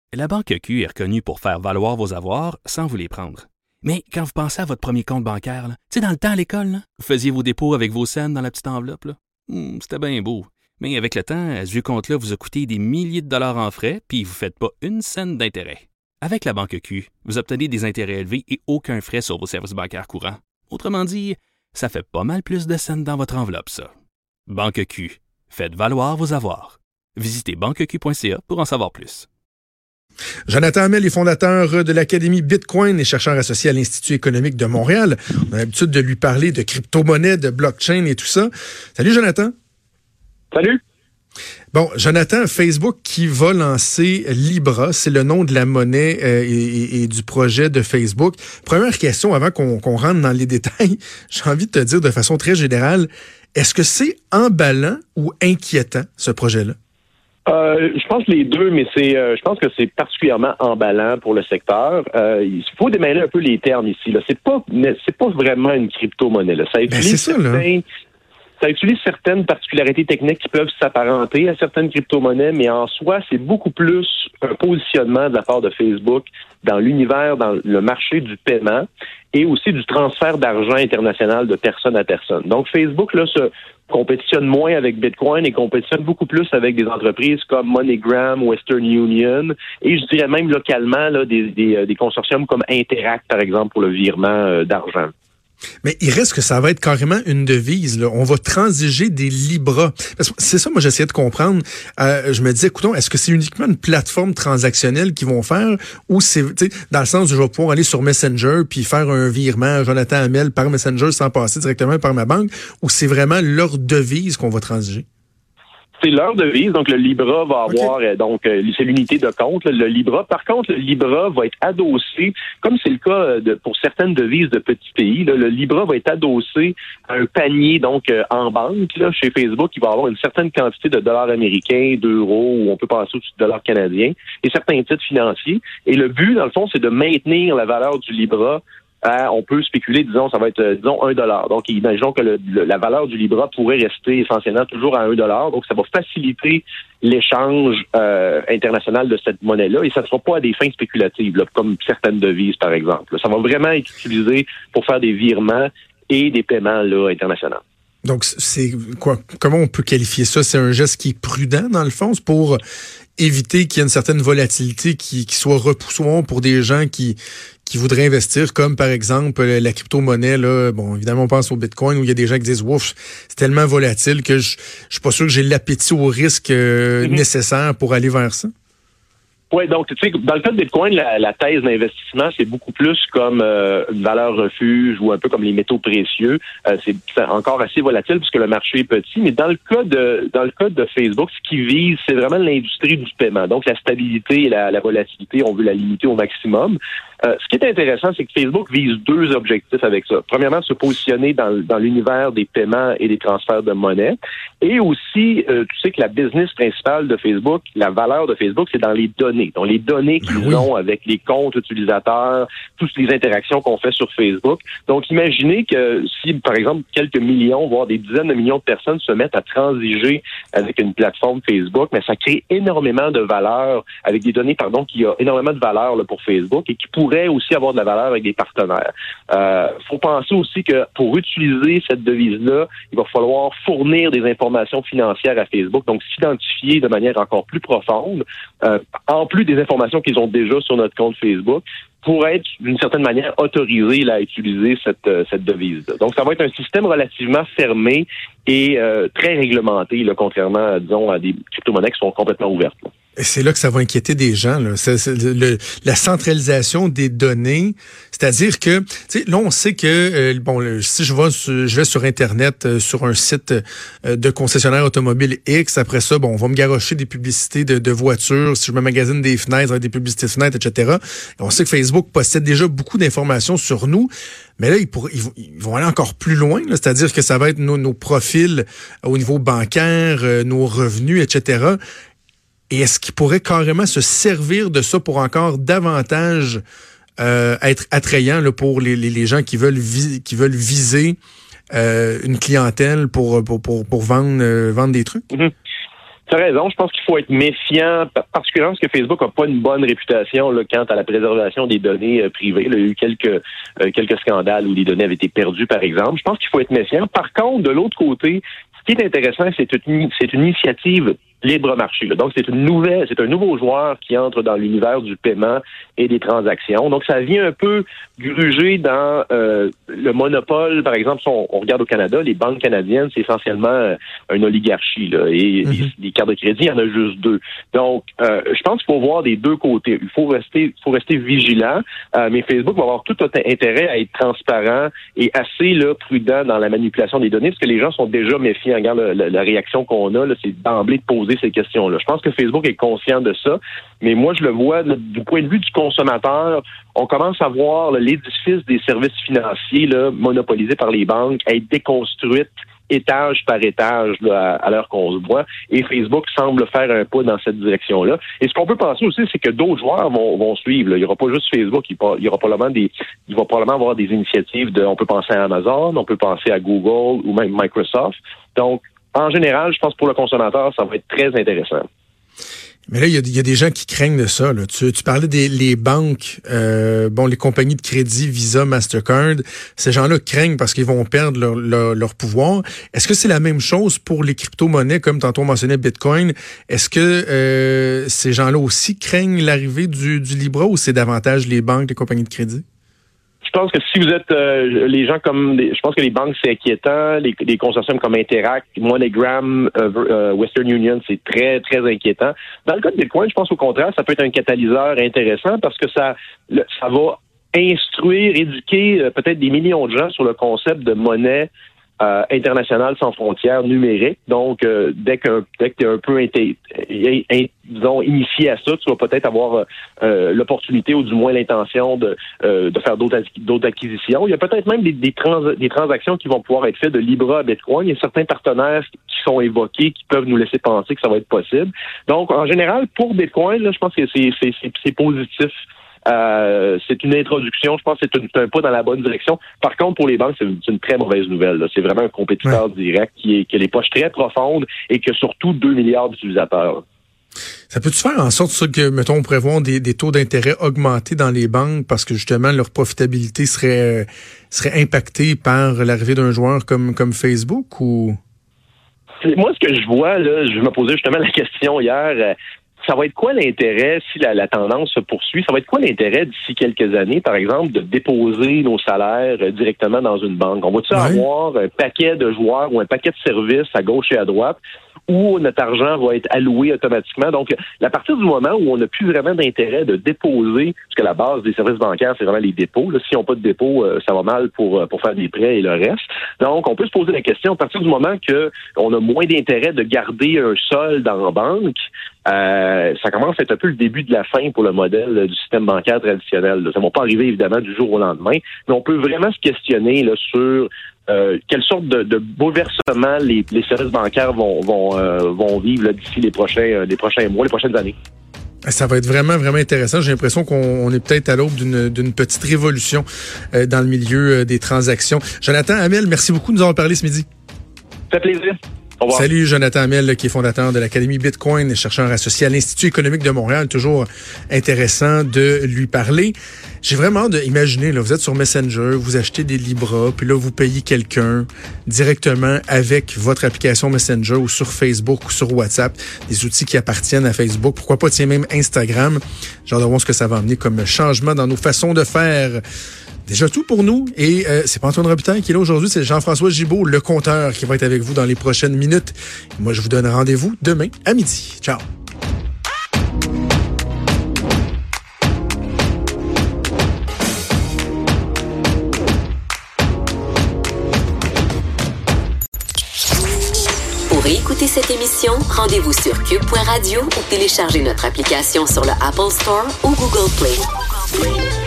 La Banque Q est reconnue pour faire valoir vos avoirs sans vous les prendre. Mais quand vous pensez à votre premier compte bancaire, tu sais, dans le temps à l'école, là, vous faisiez vos dépôts avec vos scènes dans la petite enveloppe. Là. C'était bien beau. Mais avec le temps, ce vieux compte-là vous a coûté des milliers de dollars en frais, puis vous ne faites pas une scène d'intérêt. Avec la Banque Q, vous obtenez des intérêts élevés et aucun frais sur vos services bancaires courants. Autrement dit, ça fait pas mal plus de scènes dans votre enveloppe, ça. Banque Q. Faites valoir vos avoirs. Visitez banqueq.ca pour en savoir plus. Jonathan Hamel est fondateur de l'Académie Bitcoin et chercheur associé à l'Institut économique de Montréal. On a l'habitude de lui parler de crypto-monnaie, de blockchain et tout ça. Salut Jonathan. Salut. Bon, Jonathan, Facebook qui va lancer Libra, c'est le nom de la monnaie et du projet de Facebook. Première question, avant qu'on rentre dans les détails, j'ai envie de te dire de façon très générale, est-ce que c'est emballant ou inquiétant, ce projet-là? Je pense les deux, mais je pense que c'est particulièrement emballant pour le secteur. Il faut démêler un peu les termes ici. Là, c'est pas vraiment une crypto-monnaie. Là. Ça utilise certaines particularités techniques qui peuvent s'apparenter à certaines crypto-monnaies, mais en soi, c'est beaucoup plus un positionnement de la part de Facebook dans l'univers, dans le marché du paiement et aussi du transfert d'argent international de personne à personne. Donc, Facebook, là, se compétitionne moins avec Bitcoin et compétitionne beaucoup plus avec des entreprises comme MoneyGram, Western Union et je dirais même localement là, des consortiums comme Interact, par exemple, pour le virement d'argent. Mais il reste que ça va être carrément une devise. Là. On va transiger des Libra. Parce que c'est ça, moi, j'essayais de comprendre. Je me disais, écoutons, est-ce que c'est uniquement une plateforme transactionnelle qu'ils vont faire ou c'est, dans le sens où je vais pouvoir aller sur Messenger puis faire un virement Jonathan Hamel par Messenger sans passer directement par ma banque ou c'est vraiment leur devise qu'on va transiger? C'est leur devise, donc le Libra va avoir, c'est l'unité de compte, le Libra. Par contre, le Libra va être adossé, comme c'est le cas pour certaines devises de petits pays, là, le Libra va être adossé à un panier, donc en banque, là, chez Facebook, il va avoir une certaine quantité de dollars américains, d'euros, ou on peut passer au-dessus de dollars canadiens, et certains titres financiers. Et le but, dans le fond, c'est de maintenir la valeur du Libra. On peut spéculer, disons, ça va être, disons, $1. Donc, imaginons que la valeur du Libra pourrait rester essentiellement toujours à $1. Donc, ça va faciliter l'échange international de cette monnaie-là et ça ne sera pas à des fins spéculatives, là, comme certaines devises, par exemple. Ça va vraiment être utilisé pour faire des virements et des paiements là, internationaux. Donc, c'est quoi? Comment on peut qualifier ça? C'est un geste qui est prudent, dans le fond? C'est pour éviter qu'il y ait une certaine volatilité qui soit repoussant pour des gens qui voudraient investir, comme par exemple la crypto-monnaie. Là, bon, évidemment, on pense au Bitcoin où il y a des gens qui disent « Ouf, c'est tellement volatile que je suis pas sûr que j'ai l'appétit au risque nécessaire pour aller vers ça. » Oui, donc, tu sais, dans le cas de Bitcoin, la thèse d'investissement, c'est beaucoup plus comme une valeur refuge ou un peu comme les métaux précieux. C'est encore assez volatile puisque le marché est petit. Mais dans le cas de Facebook, ce qui vise, c'est vraiment l'industrie du paiement. Donc, la stabilité et la volatilité, on veut la limiter au maximum. Ce qui est intéressant, c'est que Facebook vise deux objectifs avec ça. Premièrement, se positionner dans l'univers des paiements et des transferts de monnaie. Et aussi, tu sais que la business principale de Facebook, la valeur de Facebook, c'est dans les données. Donc, les données qu'ils ont avec les comptes utilisateurs, toutes les interactions qu'on fait sur Facebook. Donc, imaginez que si, par exemple, quelques millions, voire des dizaines de millions de personnes se mettent à transiger avec une plateforme Facebook, mais ça crée énormément de valeur, avec des données, qui a énormément de valeur là, pour Facebook et qui pourrait aussi avoir de la valeur avec des partenaires. Faut penser aussi que pour utiliser cette devise-là, il va falloir fournir des informations financières à Facebook, donc s'identifier de manière encore plus profonde, en plus des informations qu'ils ont déjà sur notre compte Facebook, pour être d'une certaine manière autorisé là, à utiliser cette devise-là. Donc, ça va être un système relativement fermé et très réglementé, là, contrairement, disons, à des crypto-monnaies qui sont complètement ouvertes. Là. Et c'est là que ça va inquiéter des gens. Là. La centralisation des données, c'est-à-dire que, tu sais, là, on sait que, si je vais sur Internet, sur un site de concessionnaire automobile X, après ça, on va me garrocher des publicités de voitures, si je me magasine des fenêtres avec des publicités de fenêtres, etc. Et on sait que Facebook possède déjà beaucoup d'informations sur nous, mais là, ils vont aller encore plus loin, là, c'est-à-dire que ça va être nos profils au niveau bancaire, nos revenus, etc., et est-ce qu'il pourrait carrément se servir de ça pour encore davantage être attrayant là, pour les gens qui veulent viser une clientèle pour vendre des trucs? Mm-hmm. Tu as raison, je pense qu'il faut être méfiant, particulièrement parce que Facebook n'a pas une bonne réputation là, quant à la préservation des données privées. Là, il y a eu quelques scandales où les données avaient été perdues, par exemple. Je pense qu'il faut être méfiant. Par contre, de l'autre côté, ce qui est intéressant, c'est une initiative libre marché. Là. Donc, c'est un nouveau joueur qui entre dans l'univers du paiement et des transactions. Donc, ça vient un peu gruger dans le monopole. Par exemple, si on regarde au Canada, les banques canadiennes, c'est essentiellement une oligarchie. Là, et les cartes de crédit, il y en a juste 2. Donc, je pense qu'il faut voir des deux côtés. Il faut rester vigilant, mais Facebook va avoir tout intérêt à être transparent et assez là, prudent dans la manipulation des données, parce que les gens sont déjà méfiants. Regarde la réaction qu'on a, là, c'est d'emblée de poser ces questions-là. Je pense que Facebook est conscient de ça, mais moi, je le vois du point de vue du consommateur, on commence à voir là, l'édifice des services financiers là, monopolisés par les banques être déconstruite étage par étage là, à l'heure qu'on se voit, et Facebook semble faire un pas dans cette direction-là. Et ce qu'on peut penser aussi, c'est que d'autres joueurs vont suivre. Là. Il n'y aura pas juste Facebook, il va probablement avoir des initiatives on peut penser à Amazon, on peut penser à Google ou même Microsoft. Donc, en général, je pense que pour le consommateur, ça va être très intéressant. Mais là, il y a des gens qui craignent de ça. Là. Tu parlais les banques, les compagnies de crédit, Visa, Mastercard. Ces gens-là craignent parce qu'ils vont perdre leur pouvoir. Est-ce que c'est la même chose pour les crypto-monnaies, comme tantôt on mentionnait Bitcoin? Est-ce que ces gens-là aussi craignent l'arrivée du Libra, ou c'est davantage les banques, les compagnies de crédit? Je pense que si vous êtes les gens je pense que les banques, c'est inquiétant. Les consortiums comme Interact, MoneyGram, Western Union, c'est très, très inquiétant. Dans le cas de Bitcoin, je pense au contraire, ça peut être un catalyseur intéressant parce que ça va instruire, éduquer peut-être des millions de gens sur le concept de monnaie internationale sans frontières numérique. Donc, dès que tu es un peu initié à ça, tu vas peut-être avoir l'opportunité ou du moins l'intention de faire d'autres acquisitions. Il y a peut-être même des transactions qui vont pouvoir être faites de Libra à Bitcoin. Il y a certains partenaires qui sont évoqués qui peuvent nous laisser penser que ça va être possible. Donc, en général, pour Bitcoin, là, je pense que c'est positif. C'est une introduction, je pense que c'est un pas dans la bonne direction. Par contre, pour les banques, c'est une très mauvaise nouvelle. Là. C'est vraiment un compétiteur direct qui a les poches très profondes et qui a surtout 2 milliards d'utilisateurs. Ça peut-tu faire en sorte ça, que, mettons, on prévoit des taux d'intérêt augmentés dans les banques parce que justement leur profitabilité serait impactée par l'arrivée d'un joueur comme Facebook, ou? Moi, ce que je vois, là, je me posais justement la question hier. Ça va être quoi l'intérêt si la tendance se poursuit? Ça va être quoi l'intérêt d'ici quelques années, par exemple, de déposer nos salaires directement dans une banque? On va-tu avoir un paquet de joueurs ou un paquet de services à gauche et à droite où notre argent va être alloué automatiquement? Donc, à partir du moment où on n'a plus vraiment d'intérêt de déposer, parce que la base des services bancaires, c'est vraiment les dépôts. Là, si on n'a pas de dépôt, ça va mal pour faire des prêts et le reste. Donc, on peut se poser la question, à partir du moment qu'on a moins d'intérêt de garder un solde en banque, ça commence à être un peu le début de la fin pour le modèle du système bancaire traditionnel. Ça ne va pas arriver, évidemment, du jour au lendemain, mais on peut vraiment se questionner là, sur quelle sorte de bouleversement les services bancaires vont vivre là, d'ici les prochains mois, les prochaines années. Ça va être vraiment, vraiment intéressant. J'ai l'impression qu'on est peut-être à l'aube d'une petite révolution dans le milieu des transactions. Jonathan Hamel, merci beaucoup de nous avoir parlé ce midi. Ça fait plaisir. Salut, Jonathan Hamel, qui est fondateur de l'Académie Bitcoin, chercheur associé à l'Institut économique de Montréal. Toujours intéressant de lui parler. J'ai vraiment hâte d'imaginer, là, vous êtes sur Messenger, vous achetez des Libra, puis là, vous payez quelqu'un directement avec votre application Messenger ou sur Facebook ou sur WhatsApp, des outils qui appartiennent à Facebook. Pourquoi pas, tiens, même Instagram. J'ai hâte de voir ce que ça va amener comme changement dans nos façons de faire. Déjà tout pour nous, et c'est pas Antoine Robitaille qui est là aujourd'hui, c'est Jean-François Gibault, le compteur, qui va être avec vous dans les prochaines minutes. Moi, je vous donne rendez-vous demain à midi. Ciao! Pour écouter cette émission, rendez-vous sur cube.radio ou téléchargez notre application sur le Apple Store ou Google Play.